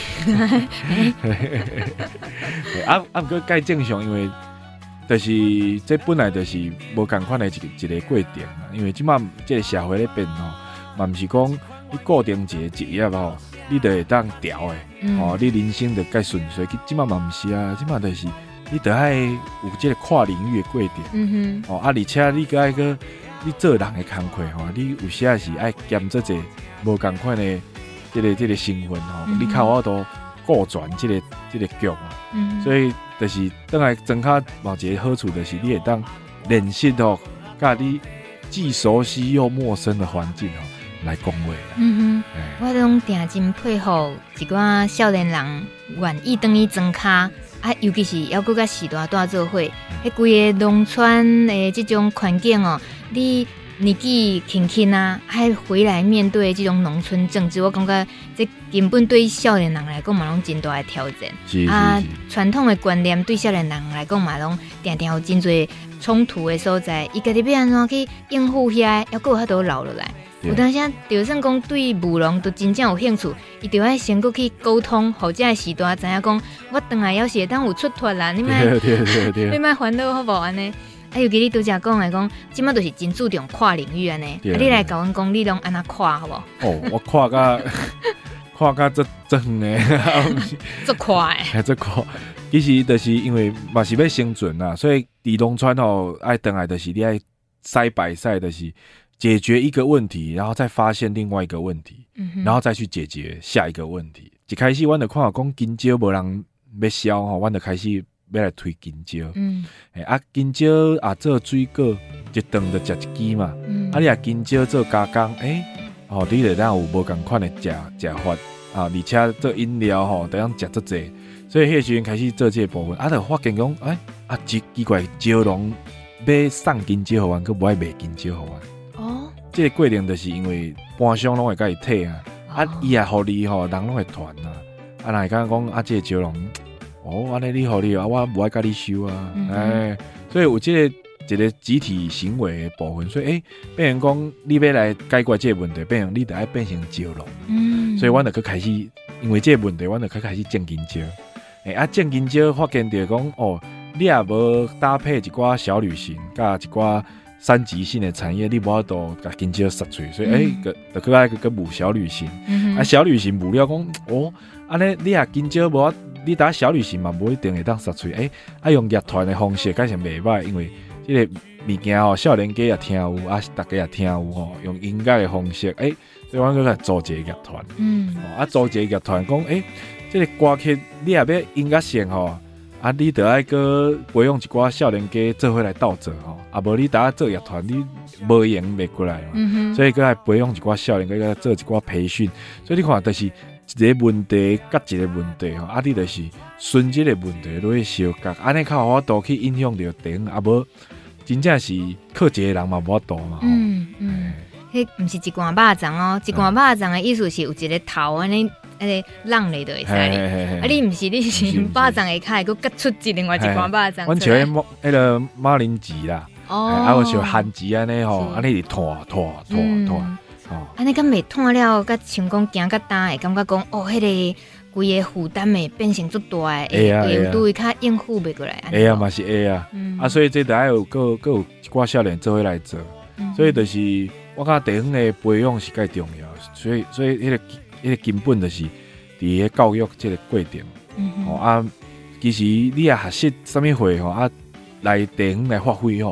毋过介正常，因为就是这本来就是无共款的一个过程嘛。因为即摆这个社会咧变吼，嘛毋是讲你固定一个职业吼。你就会当调的，你人生就介顺遂。即摆嘛毋是啊，即摆就是你就爱有即个跨领域的过程。而且你个爱个你做人的工课吼，你有时是爱兼做者无共款的即个身份吼，你靠我都顾全即个局嘛。所以就是当来庄脚某一个好处，就是你会当练习吼，甲你既熟悉又陌生的环境吼。来讲话， 我拢定真佩服一寡少年人愿意当去庄脚啊，尤其是要搁甲时代带做伙，迄规个农村的这种环境哦，你年纪轻啊，还回来面对这种农村政治，我感觉这根本对少年人来讲嘛，拢真大的挑战。传统的观念对少年人来讲嘛，拢定有真侪冲突的所在，伊家己要安怎去应付遐，要搁有遐多留落来。有当时就算讲对务农都真正有兴趣，伊就要先过去沟通，或者的时代知影讲，我等下要是会当有出脱啦，你莫烦恼好无安尼？啊，尤其你拄则讲的讲，即摆就是真注重跨领域安尼，你来甲阮讲，你拢安怎跨好无？ 哦，我跨甲这远的， 这快的， 这快。其实就是因为嘛是要生存啦，所以伫农村吼爱等来就是你爱side by side就是解决一个问题，然后再发现另外一个问题，然后再去解决下一个问题。一开始阮就看到讲金蕉无人要销吼，阮就开始要来推金蕉。金蕉啊做水果一顿就食一支嘛。你啊金蕉做加工，你就当有无共款的食法啊，而且做饮料吼，就当食足济。所以迄个时阵开始做这个部分，就发现讲，奇怪，蕉农要送金蕉互阮，佮无爱卖金蕉互阮。这个过程就是因为搬商拢会甲伊退啊，伊也互你吼，人拢会团啊。若会讲这个蕉农，安尼你互你啊，我无爱甲你收啊。所以有这个一个集体行为的部分，所以变成讲你要来解决这个问题，变成你得爱变成蕉农。所以阮就去开始，因为这个问题，阮就去开始种金蕉。种金蕉发现到讲你也无搭配一寡小旅行，甲一寡3级性的产业，你无法度甲金蕉杀出，所以就去爱去舞小旅行。小旅行舞了讲安尼你啊金蕉无，你打小旅行嘛，无一定会当杀出。用乐团的方式，改成袂歹，因为这个物件少年家也听有，大家也听有吼，用音乐的方式，所以我去组一个乐团。组一个乐团讲，这个歌曲你也要音乐性吼。你得爱个培养一寡少年家做伙来斗做吼，无你打做乐团，你无闲袂过来嘛。所以个爱培养一寡少年家做一寡培训。所以你看，就是一个问题甲一个问题吼，你就是顺这个问题落去小角，安尼较好度去影响到地方，无真正是靠一个人嘛无法度嘛。 迄毋是一罐肉粽哦，一罐肉粽的意思是有一个头安尼。浪咧就会使哩，你毋是你是肉粽会开，佮出另外一罐肉粽。 阮像迄个马铃薯啦，有像番薯安尼吼，安尼是拖， 安尼敢袂拖了，甲像讲行较大会感觉讲迄个规个负担会变成足大诶，会对较应付袂过来。 嘛是所以这得爱有有一寡少年做伙来做，所以就是我感觉地方的培养是介重要，所以迄个根本就是伫个教育这个过程。其实你也学习什么会来地方来发挥吼，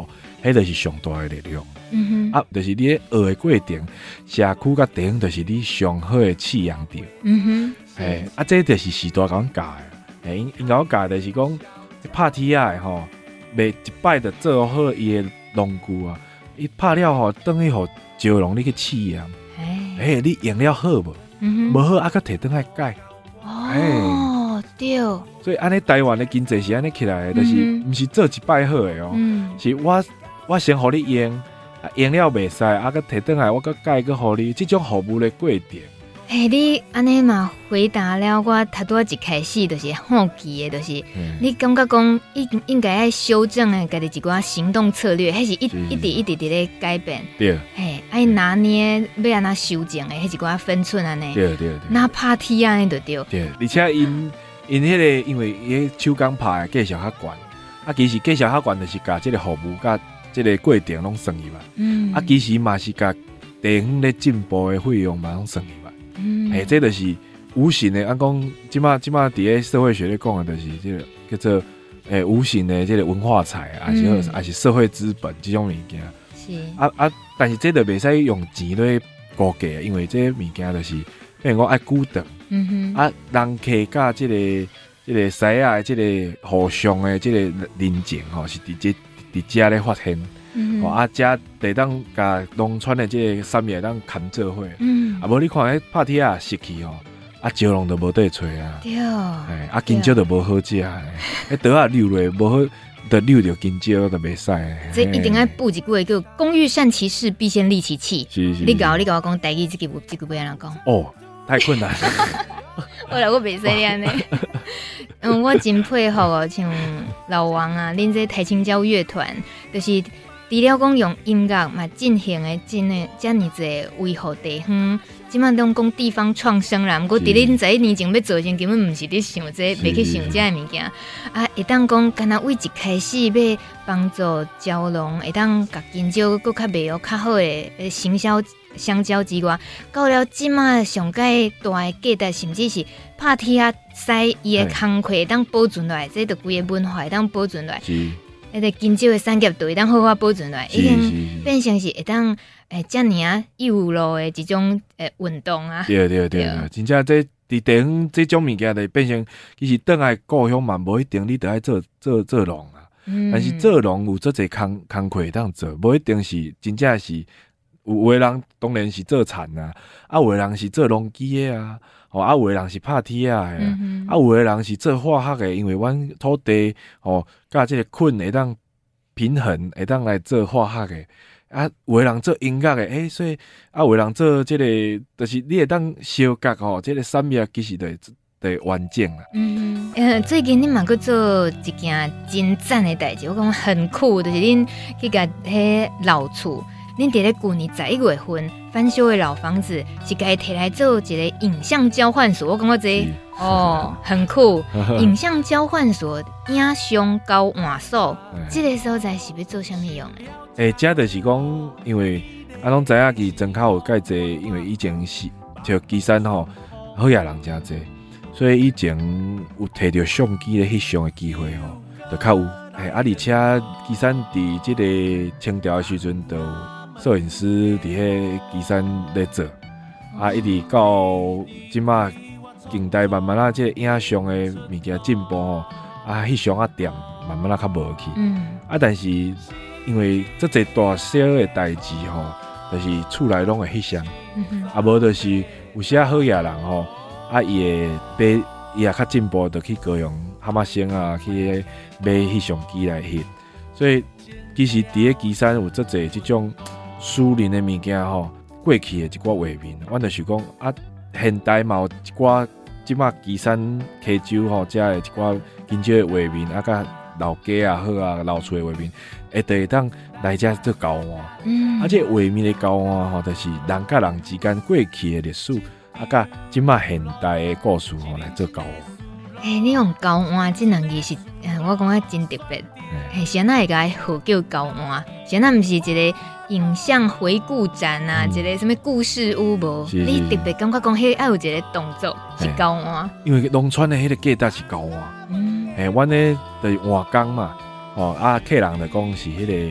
迄就是上大的力量。就是你咧学的过程，社区甲地方就是你上好的试验场。这就是时代甲阮教的。因甲我教的就是讲，拍铁仔的吼，袂一摆就做好伊的农具啊。伊拍了吼，等于互招农你去试验。你用了好无？无好啊，佮摕倒来改。 对。 所以安尼台湾的经济是安尼起来的，就是毋是做一摆好的哦，是我先互你用。用了袂使，佮摕倒来，我佮改佮互你，即种服务的过程。 你安尼嘛回答了我头拄一开始就是好奇的，就是你感觉讲应该爱修正的，家己一寡行动策略，迄是一直咧改变。 对。 爱拿捏要安那修正的，迄一寡分寸安尼。 对。 那拍铁安尼就对。 对，而且因迄个，因为伊手工拍的计数较悬，其实计数较悬就是甲即个服务甲。这个过程拢算入来，其实嘛是甲地方咧进步的费用嘛拢算入来，这就是无形的。讲即马伫咧社会学咧讲的，就是这个叫做无形的这个文化财还是社会资本这种物件。是但是这个袂使用钱来估价，因为这物件就是，比如讲爱久长，人客甲这个师仔这个互相的这个人情吼，是伫遮咧发现，遮地当甲农村的这个产业当牵做伙，无你看迄拍铁啊失去吼，招农都无得找啊， 对， 金蕉都无好食，刀啊溜落无好，得溜着金蕉都袂使。 这一定要补一句叫“工欲善其事，必先利其器”。你甲我讲台语，这句要安怎讲？ 太困难了。 我袂使安尼。我真佩服哦，像老王啊，恁这台青椒乐团，就是除了讲用音乐嘛进行的遮尔济维护地方，即摆拢讲地方创生啦。毋过伫恁在年前要做前，根本毋是咧想这，袂去想这的物件。会当讲，干那为一开始要帮助蕉农，会当甲金蕉搁较卖较好的行销香蕉之外，到了即摆上界大的价值，甚至是拍铁啊，使伊的工课当保存落来，这就规个文化当保存落来。迄个金蕉的产业都会当好好保存落来，已经变成是会当遮尔有路的一种运动啊。 对，真正这伫地方这种物件就变成，其实倒来故乡嘛，无一定你得爱做农啊。但是做农有做侪工课当做，无一定是真正是。有的人当然是做田啊，有的人是做农机的啊，有的人是拍铁啊，有的人是做化学的，因为阮土地甲这个菌会当平衡，会当来做化学的。有的人做音乐的，所以有的人做这个，就是你会当小角这个产业其实对完整啦。 最近你嘛去做一件真赞的代志，我感觉很酷，就是恁去甲迄老厝。恁伫咧去年11月份翻修的老房子，是该摕来做一个影像交换所。我感觉这很酷，影像交换所影像交换所，这个所在是要做啥物用的？ 这就是讲，因为拢知影伫庄口有介济，因为以前是就基山好野人真济，所以以前有摕到相机咧翕相的机会就较有。而且基山伫即个清朝的时阵就。摄影师伫迄基山咧做，一直到即马近代慢慢即个影像的物件进步翕相店慢慢较无去。但是因为这侪大小的代志就是厝内拢会翕相，无就是有些好野人伊会伊也较进步，就去高雄蛤蟆星啊去买翕相机来翕，所以其实伫咧基山有这侪即种。私人的物件过去的一寡画面，阮就是讲现代嘛有一寡即马基山溪州遮的一寡金蕉的画面，甲老家好老厝的画面，会当来遮做交换。这画面的交换就是人甲人之间过去的历史，甲即马现代的故事来做交换。 你用交换这两个字是，我感觉真特别。是安那会甲号叫交换？是安那毋是一个影像回顾展啊，一个什么故事屋无？你特别感觉讲，迄爱有一个动作是交换。因为农村的迄个价值是交换。阮咧就是换工嘛，客人就讲是迄个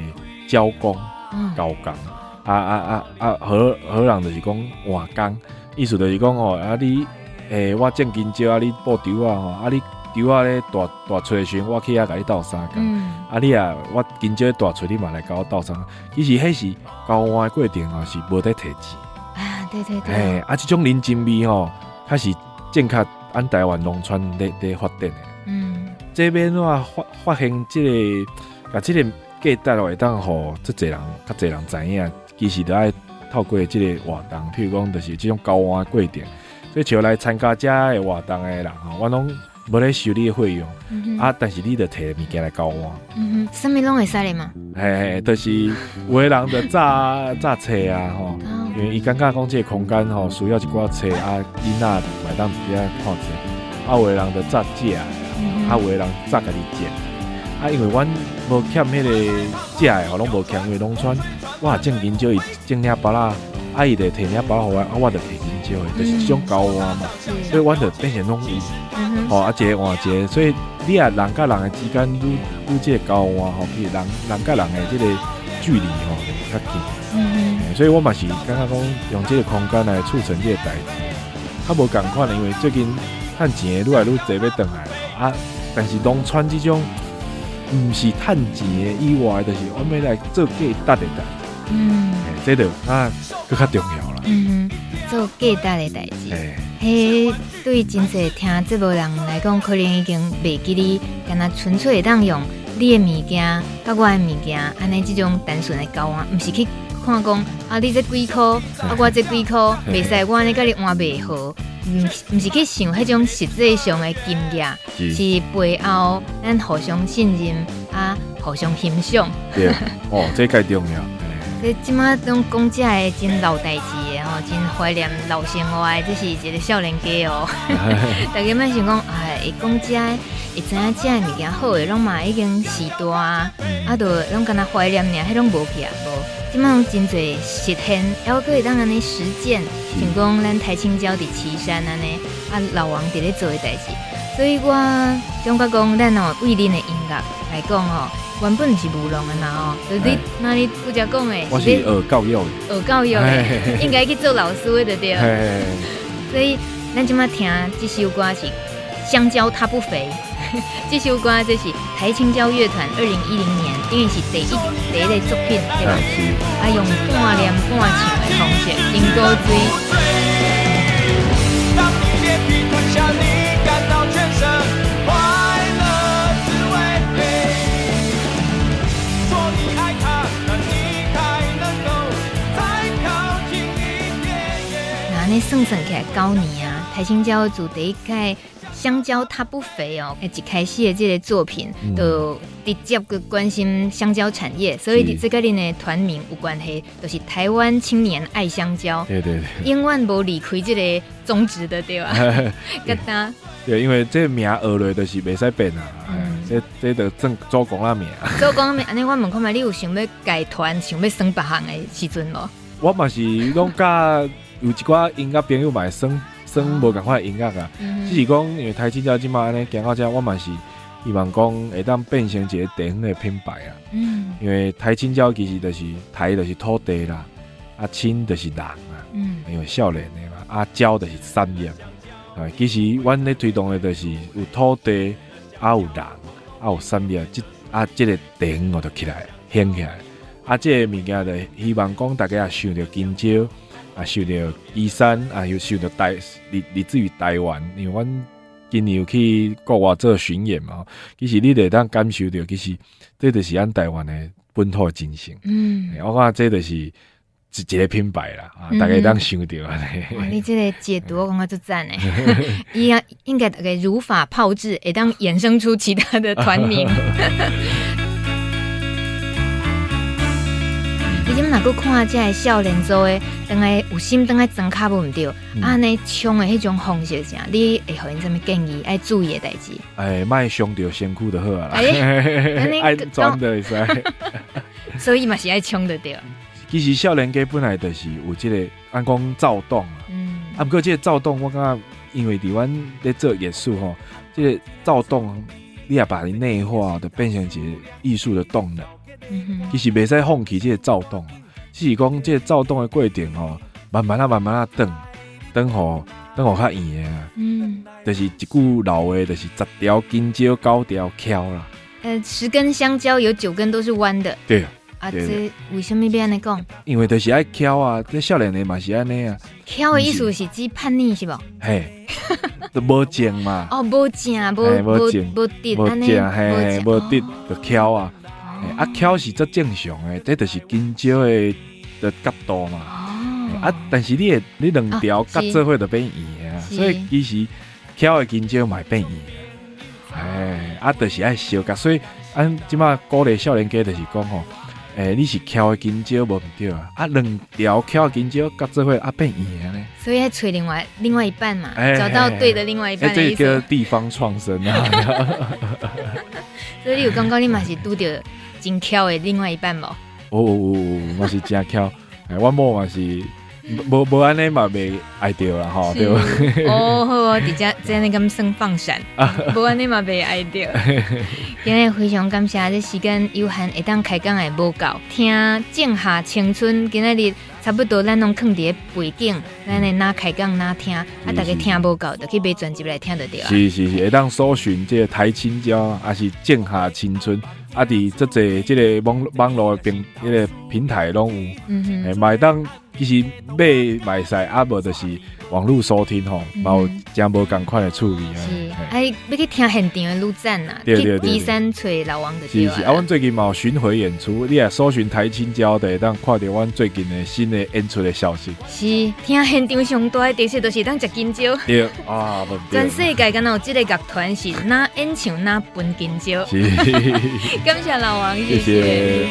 交工、交工，好人就是讲换工，意思就是讲吼，你我种金蕉你播稻吼，你稻咧大出的时阵，我去甲你斗相共，你我金蕉大出，你嘛来甲我斗相共。其实迄是交换的过程吼，是无得摕钱。 对对对。 这种人情味吼，开始正确按台湾农村咧发展的。这边话发现把这个价值会当互较侪人知影，其实都爱透过这个活动，譬如讲就是这种交换的过程，所以像来参加这个活动的人吼，我拢无咧收你的费用，但是你得摕物件来交换。 什么拢会使的嘛？ 就是有的人就炸册啊吼，因为伊感觉讲这个空间吼需要一寡册囡仔买当直接看册，有的人就炸食。有的人早家己种，因为阮无欠迄个食的吼，拢无欠，因为农村我种金蕉，伊种领包啦，伊就摕领包互我就摕金蕉的，就是这种交换嘛，所以阮就变成拢有，一个换一个，所以你人甲人的之间愈这个交换吼，其实人甲人的这个距离吼就较近，所以我嘛是感觉讲用这个空间来促成这个代志，较无共款的，因为最近趁钱的愈来愈侪要转来。但是农村这种不是趁钱的以外，就是我们来做价值的代志。这就更较重要啦。 做价值的代志。对真侪听节目人来讲，可能已经袂记你，敢若纯粹会当用你的物件、甲我的物件，安尼这种单纯的交换，唔是去看讲你这几箍，我这几箍，袂使我安尼甲你换袂好。唔是去想迄种实际上的经验，是背后咱互相信任互相欣赏。 对，这介重要。 这即马拢讲这个真老代志的吼，真怀念老生活的，这是一个少年家哦。大家莫想讲，会讲这个，会知影这个物件好的，拢嘛已经时大就拢敢若怀念尔，迄拢无去无。即摆拢真侪实现，还有可以当安尼实践，像讲咱台青椒伫旗山安尼，老王伫咧做的代志，所以我感觉讲咱为恁的音乐来讲原本是无弄的嘛就是你那你拄则讲的， 我是学教育的，应该去做老师的对。所以咱即摆听这首歌是《香蕉它不肥》。这首歌这是台青椒乐团2010年，因为是第一个作品，对吧？用半念半唱的方式，金钩水。当你脸皮吞下你，感到全身快乐滋味。说你爱他，那你还能够再靠近一点。那你算起来9年啊，台青椒做第一届。香蕉它不肥一开始的这个作品就直接去关心香蕉产业，所以这跟恁的团名有关系，就是台湾青年爱香蕉。对，永远无离开这个宗旨的对吧？ 对，因为这名学落就是袂使变啊，这就正祖公名。 祖公名，安尼我问看觅，你有想要改团、想要耍别项的时阵无？ 我嘛是拢甲有一寡音乐朋友嘛耍无共款的音乐啊，只是讲因为台青椒即马安尼行到这，我嘛是希望讲会当变成一个地方的品牌啊。因为台青椒其实就是台就是土地啦，青就是人啊，因为少年的嘛，椒就是产业。其实阮咧推动的就是有土地，有人，有产业，这个地方我就起来兴起来。这个物件就希望讲大家也想到金蕉。受到岐山又受到来自于台湾，因为阮今年有去国外做巡演嘛，其实你得当感受到，其实这就是咱台湾的本土的精神。我看这就是一个品牌啦，大家当想到你这个解读我感觉就赞诶，应该大概如法炮制，会当衍生出其他的团名。你今若去看这个少年组的，当来有心当来装卡不唔对，安尼冲的迄种方式啥，你会互因什么建议？爱注意的代志？ 莫伤到身躯就好啊啦，爱转的会使。 所以嘛是爱冲的对。 其实少年家本来就是有这个按讲躁动不过这个躁动，我感觉因为伫阮咧做艺术这个躁动，你也把它内化，就变成一个艺术的动能。 其实袂使放弃这个躁动，只是讲这个躁动的过程吼，慢慢啊等吼较圆的啊。就是一句老话，就是10条金蕉9条翘啦。 10根香蕉有9根都是弯的。 对啊，这为什么要安尼讲？ 因为就是爱翘啊，这少年的嘛是安尼啊。 翘的意思是指叛逆是无？ 嘿，都无正嘛。 哦，无正，无直， 无正，嘿，无直就翘啊。啊，翘是最正常的，这就是金蕉的角度嘛。啊，但是你两条夹做伙就变圆啊，所以其实翘的金蕉嘛会变圆。啊，就是爱小夹，所以咱即马鼓励少年家就是讲吼，你是翘的金蕉无毋对啊，啊两条翘的金蕉夹做伙啊变圆呢。 所以要找另外一半嘛，找到对的另外一半的意思。 这个地方创生啊。 所以你有感觉你嘛是拄到真翘的另外一半无？ 嘛是真翘，我某嘛是。无安尼嘛袂爱着啦吼，对。 哦，好哦，伫遮这样咁算放闪，无安尼嘛袂爱着。今日非常感谢，这时间有限，会当开讲的无够。听静下青春，今日差不多咱拢放伫背景，咱的哪开讲哪听，大家听无够，就去买专辑来听就对了。 是，会当搜寻这个台青椒，还是静下青春。啊！伫这侪这个网络的平台拢有，买当其实买卖使，啊无就是网络收听吼，嘛有真无共款的趣味啊。 是，要去听现场的录赞呐，去第三找老王的对啊。 是，阮最近嘛有巡回演出，你也搜寻台青椒的，当看到阮最近的新的演出的消息。 是，听现场上大的特色就是当食金蕉。 对啊， 全世界敢有这个乐团是哪演唱哪分金蕉。 是。 感谢老王，谢谢。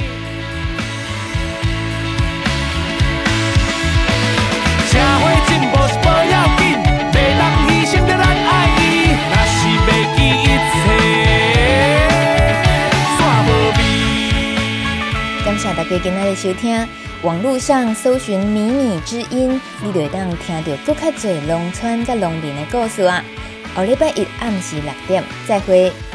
社会进步是不要紧，袂当牺牲着咱爱伊，若是袂记一切，煞无味。 感谢大家今日的收听。网络上搜寻靡靡之音，你就会当听到更较多农村甲农民的故事啊！下礼拜一暗时6點，再會。